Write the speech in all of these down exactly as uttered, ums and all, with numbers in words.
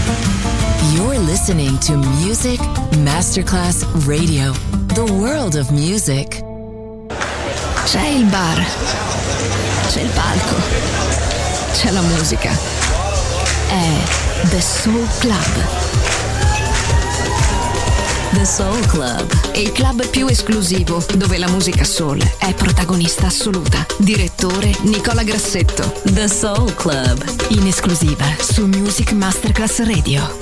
You're listening to Music Masterclass Radio, the world of music. C'è il bar, c'è il palco, c'è la musica. È The Soul Club. The Soul Club, il club più esclusivo dove la musica soul è protagonista assoluta. Direttore Nicola Grassetto. The Soul Club, in esclusiva su Music Masterclass Radio.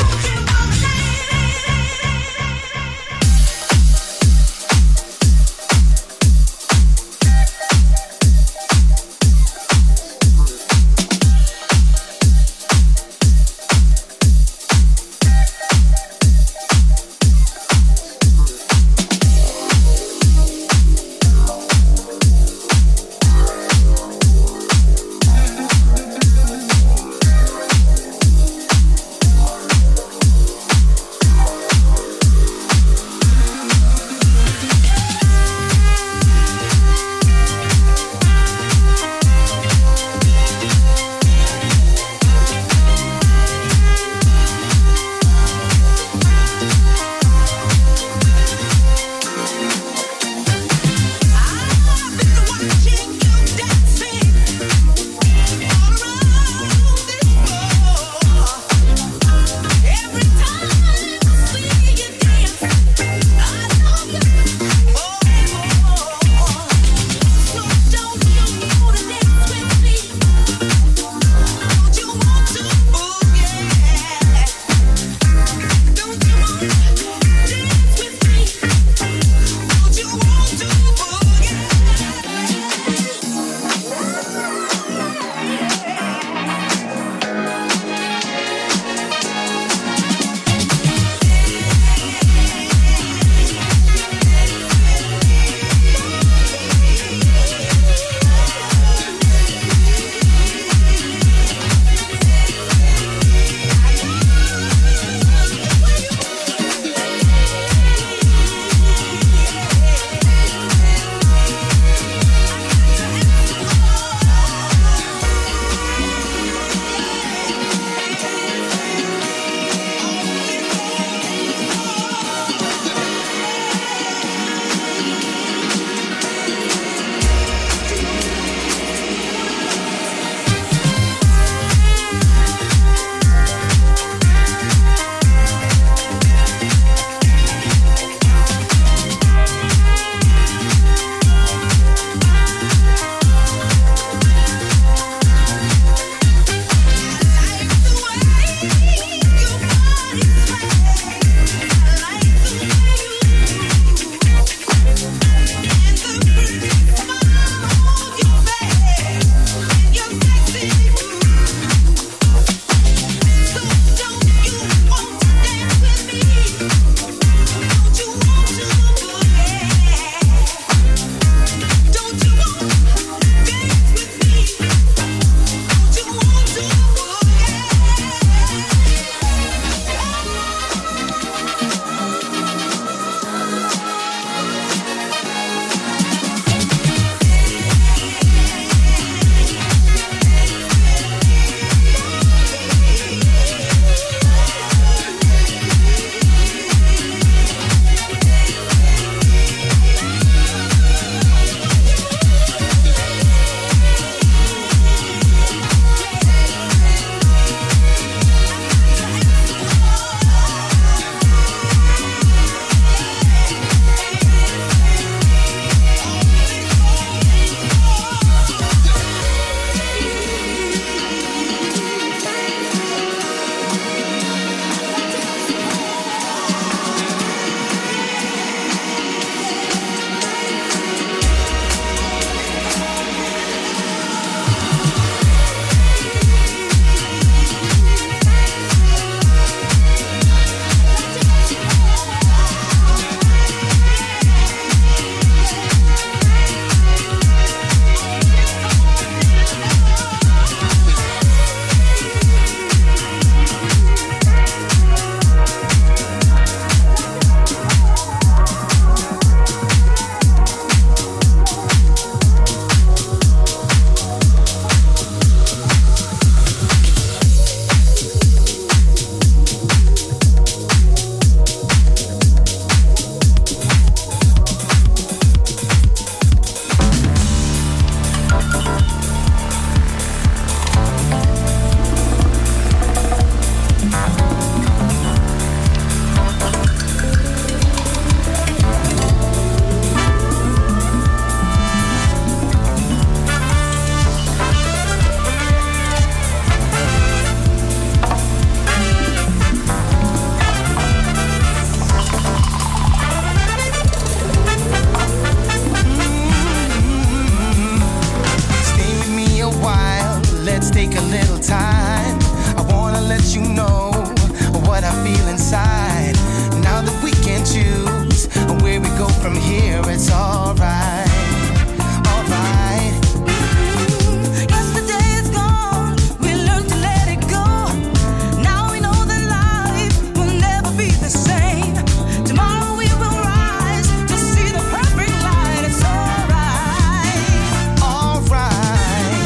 from here, it's alright, alright. Yesterday is gone, we learned to let it go. Now we know that life will never be the same. Tomorrow we will rise to see the perfect light. It's alright, alright.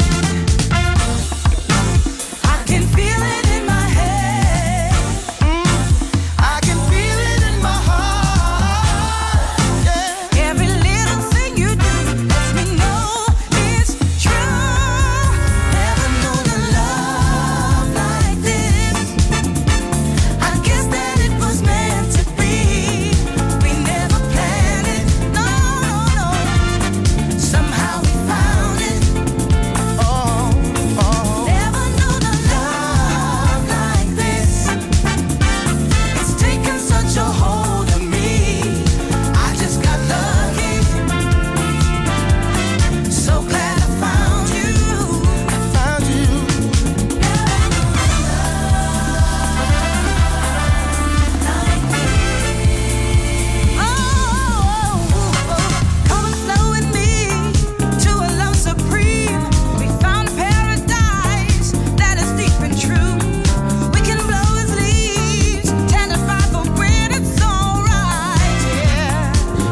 I can feel it in my head. Mm, I can feel it in my heart. Yeah. Every little thing you do lets me know it's true. Never known a love like this. I guess that it was meant to be. We never planned it, no, no, no. Somehow we found it. Oh, oh. Never known a love like this. It's taken such a hold of me. I just got lucky. So glad I found you. Found you. Oh, come slow with me to a love supreme. We found a paradise that is deep and true. We can blow its leaves, tender by the wind. It's alright, yeah.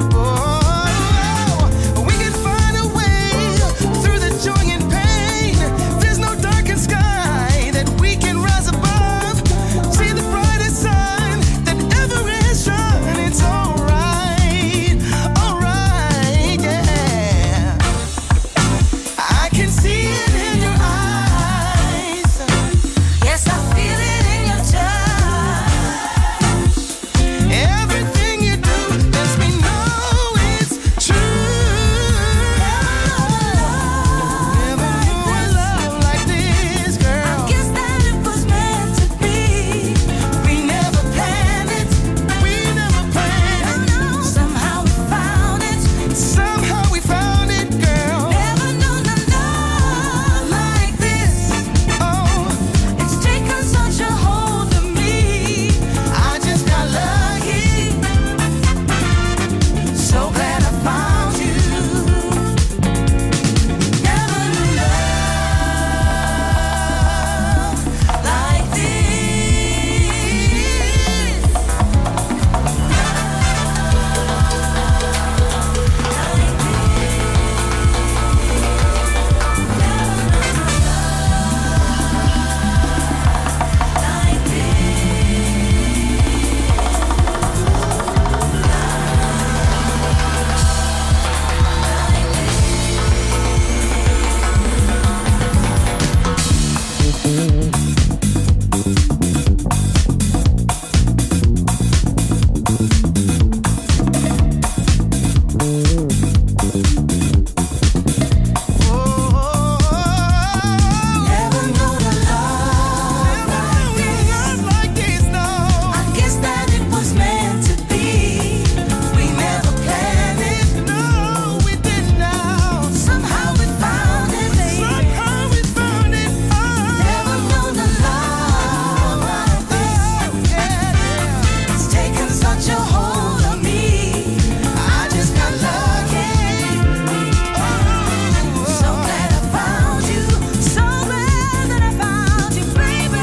Oh, we can find a way through the joy and pain. There's no darkened sky that we can rise above. See the brightest sun that ever has shone. It's alright, alright, yeah. I can see it in your eyes. Yes, I feel it in your touch. Everything you do lets me know it's true. Never knew a love like this, girl. Guess that it was meant to be. We never planned it. We never planned. No, somehow we found it. Somehow we found it, girl. Never known a love like this. Oh, It's taken such a hold of me. I just got lucky. So glad I found you. Never knew love like this. Never known a love like this. love like this, no. I guess that it was meant to be. We never planned it. No, we didn't know. Somehow we found it, baby. Somehow we found it. Never known a love like this. Yeah, It's taken such a hold of me. I just got lucky. So glad I found you. So glad that I found you, baby.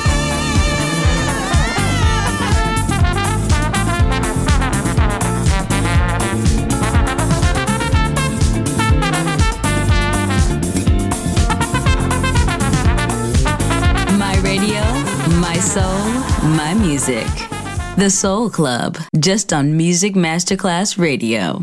My radio, my soul, my music. The Soul Club, just on Music Masterclass Radio.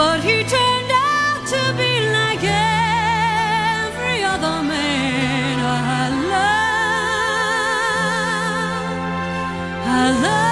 but he turned out to be like every other man I love. I love.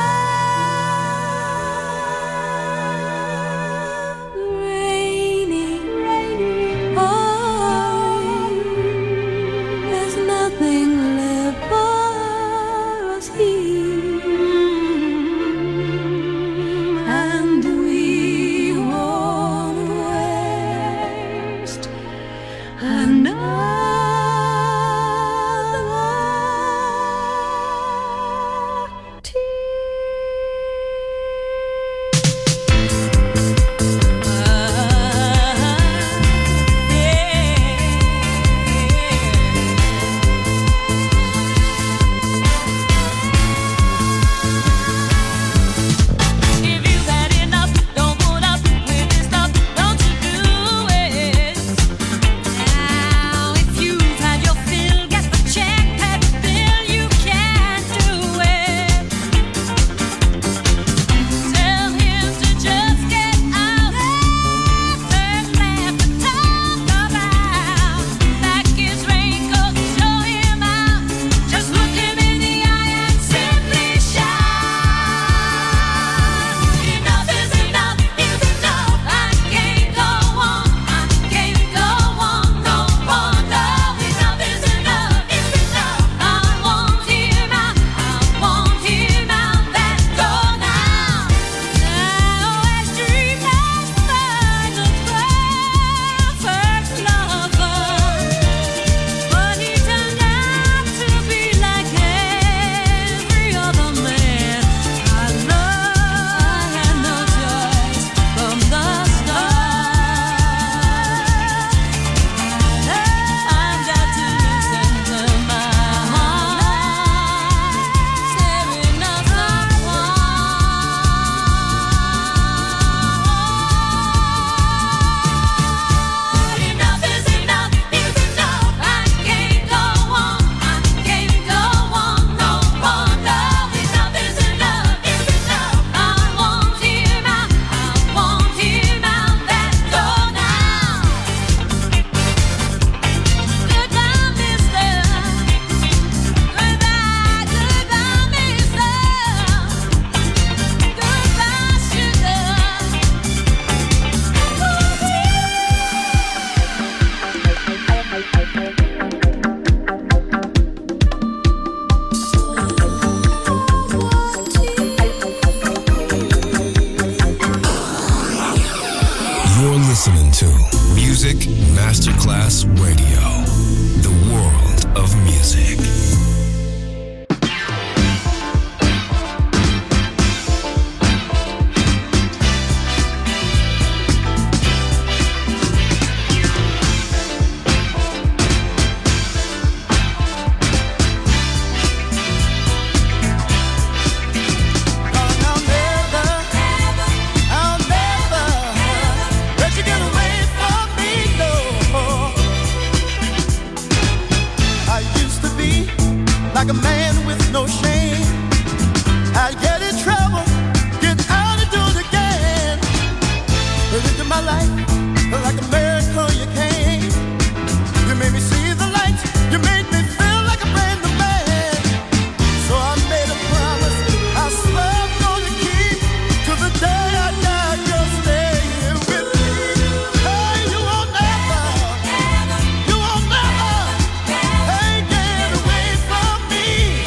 listening to Music Masterclass Radio, the world of music. Like a man with no shame, I get in trouble, get out and do it again. But into my life, like a miracle you came. You made me see the light, you made me feel like a brand new man. So I made a promise, I swear I'm gonna keep, till the day I die, you'll stay here with me. Hey, you won't never, you won't never, hey, get away from me.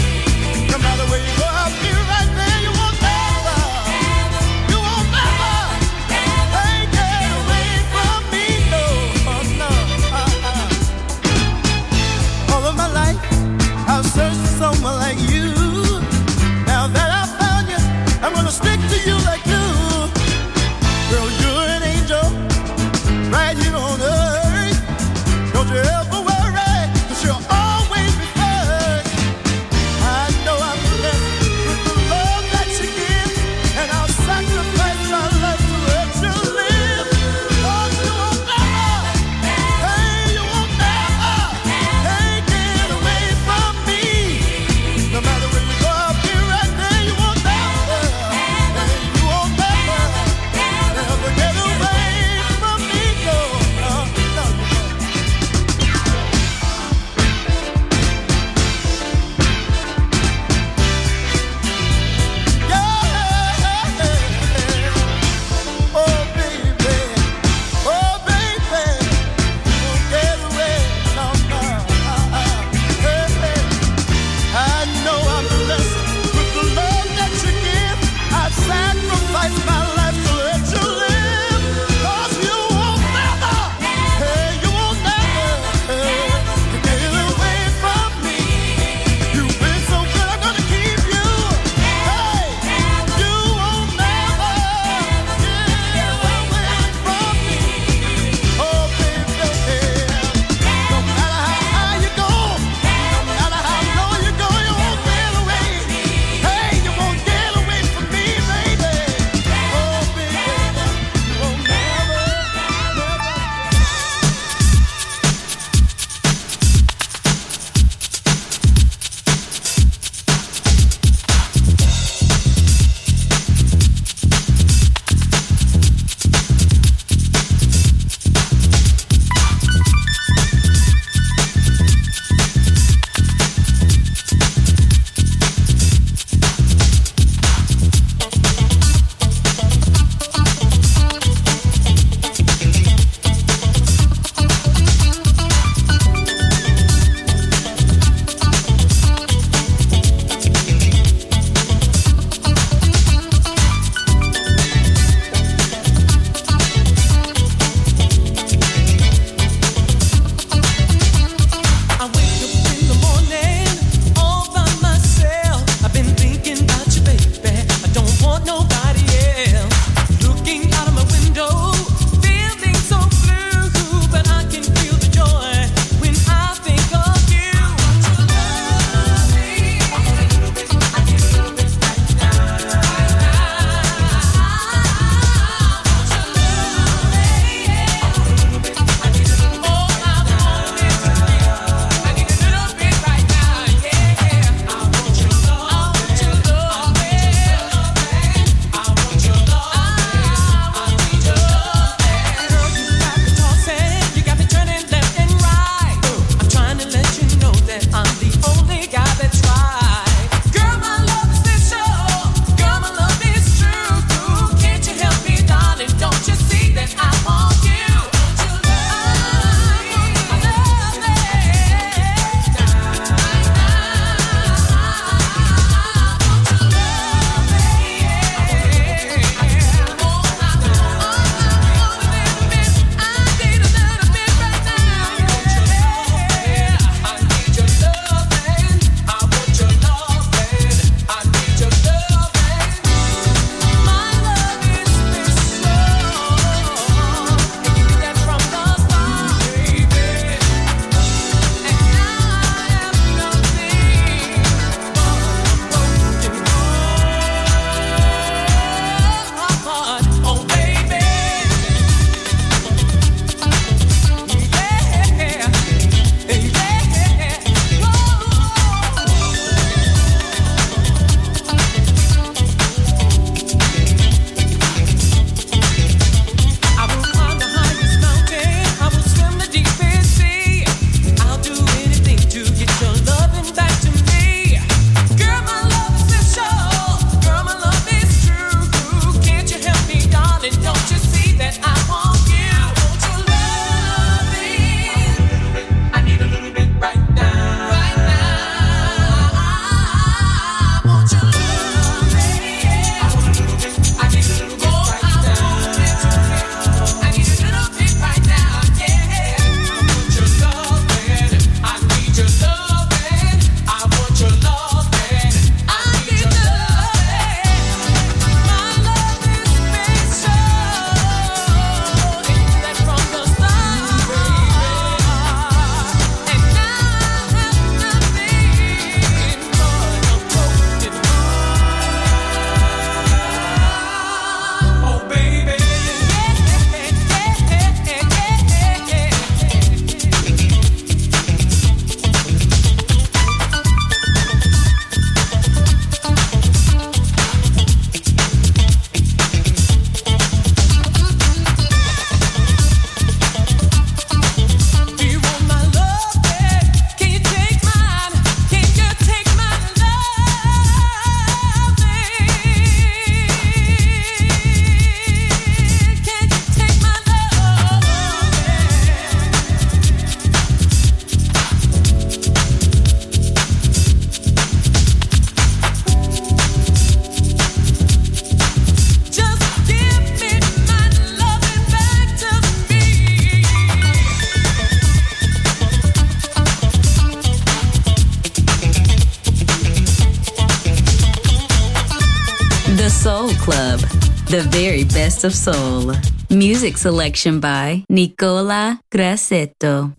Club, the very best of soul. Music selection by Nicola Grassetto.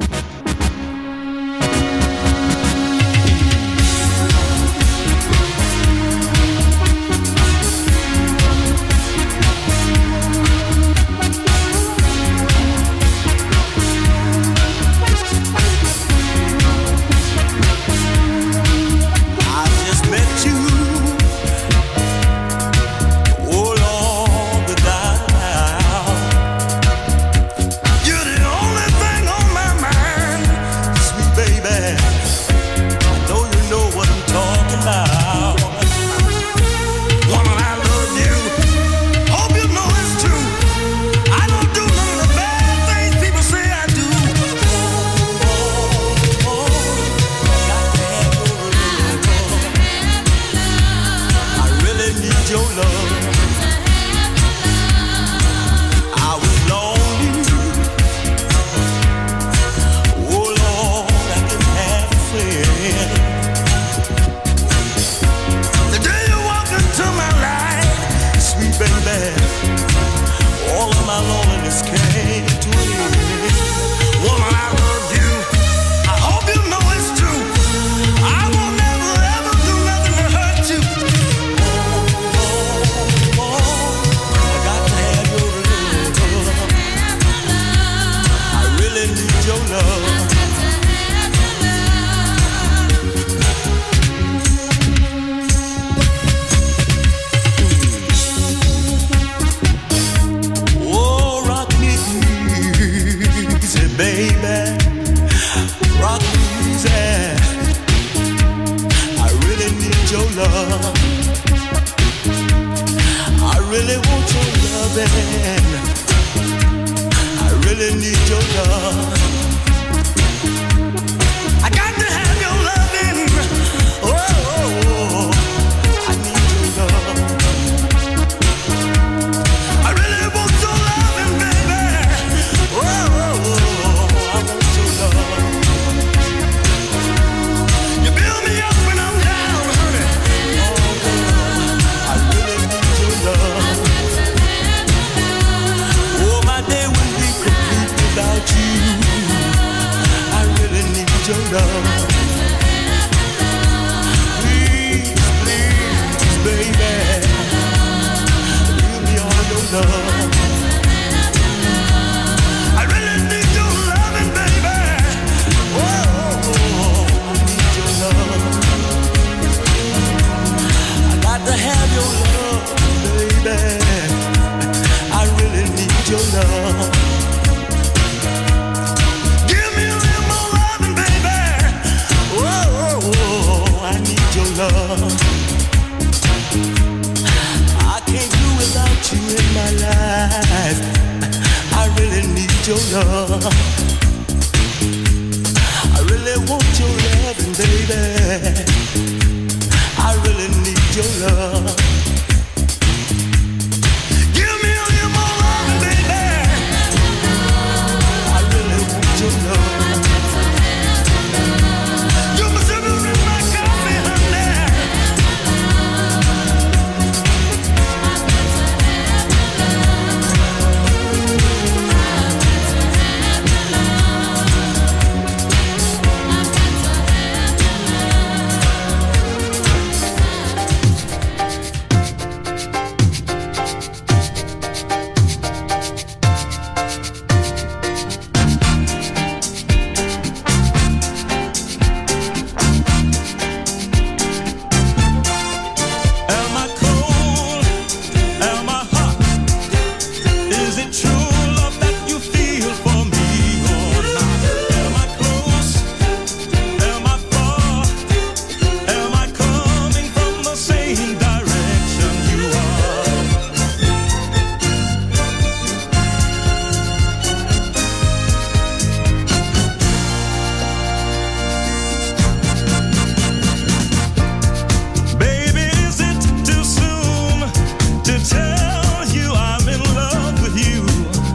Tell you I'm in love with you.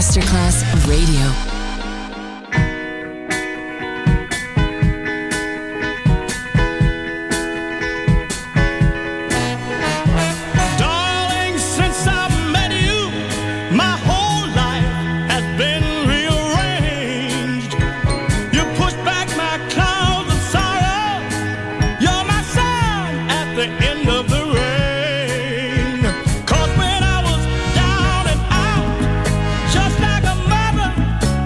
Masterclass Radio. Just like a mother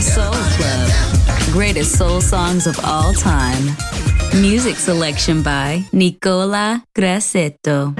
Soul Club. Greatest soul songs of all time. Music selection by Nicola Grassetto.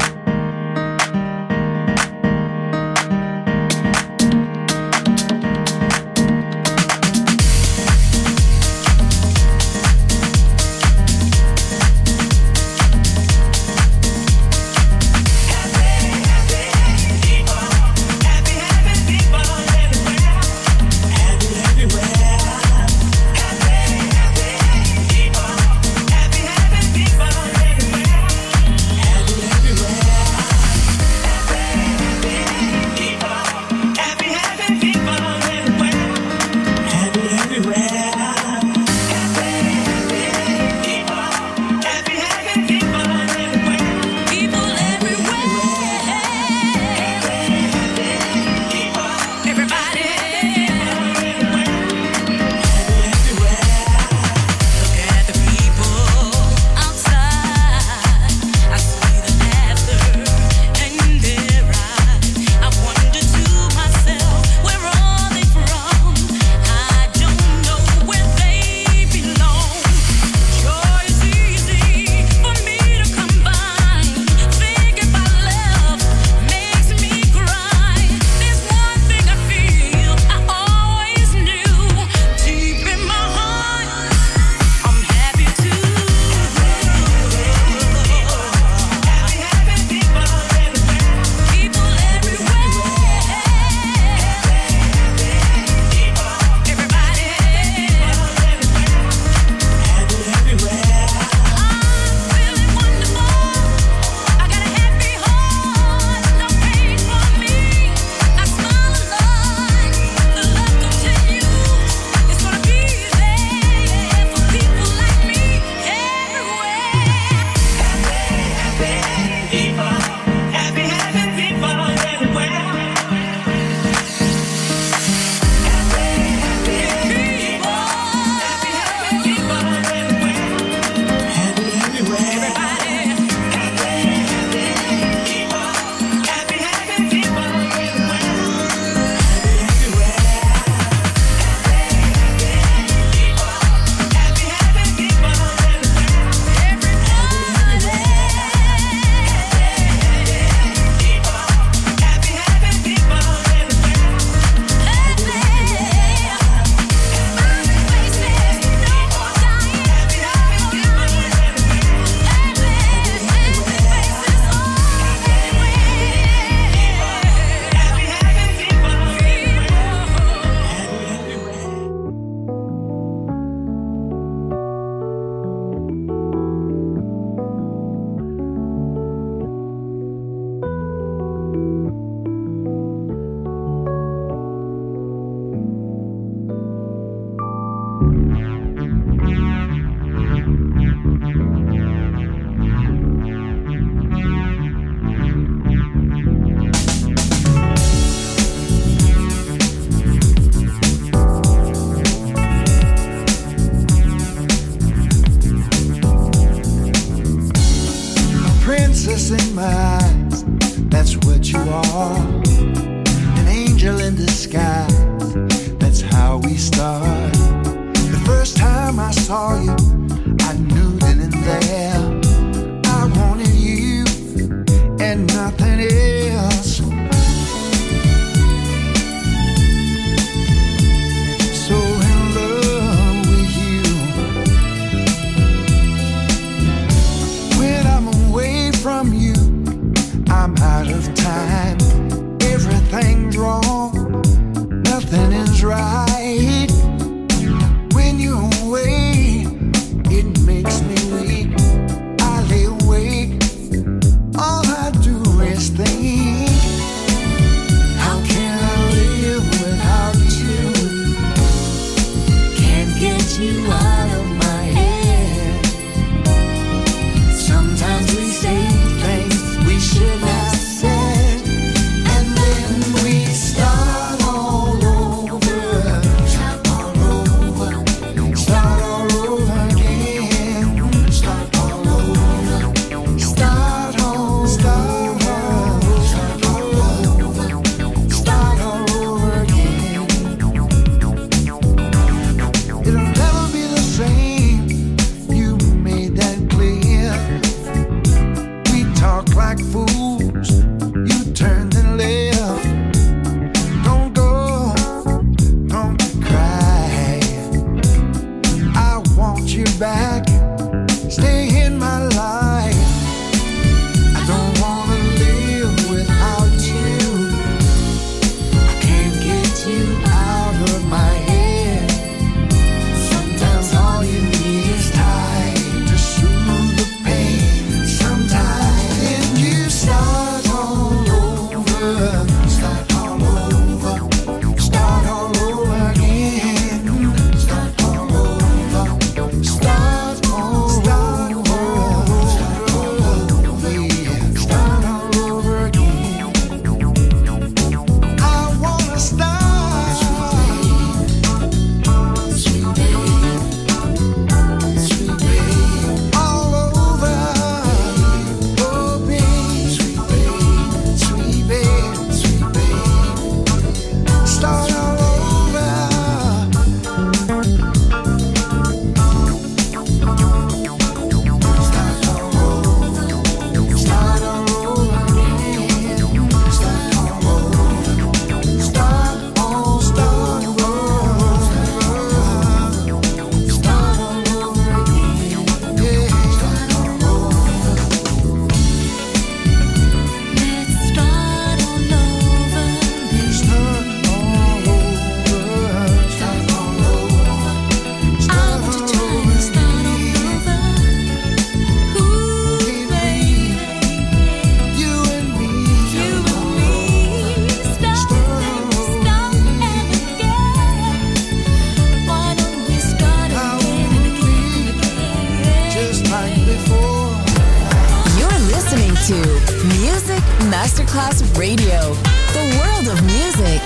princess in my eyes, that's what you are. An angel in disguise, that's how we start. The first time I saw you, I knew then and there I wanted you and nothing else. So in love with you. When I'm away from you, I'm out of time. Everything's wrong, nothing is right. Masterclass Radio, the world of music.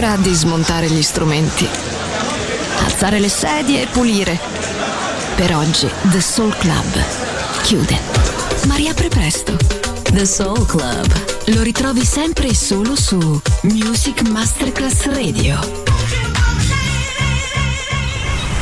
ora di smontare gli strumenti, alzare le sedie e pulire. Per oggi The Soul Club chiude, ma riapre presto. The Soul Club. Lo ritrovi sempre e solo su Music Masterclass Radio.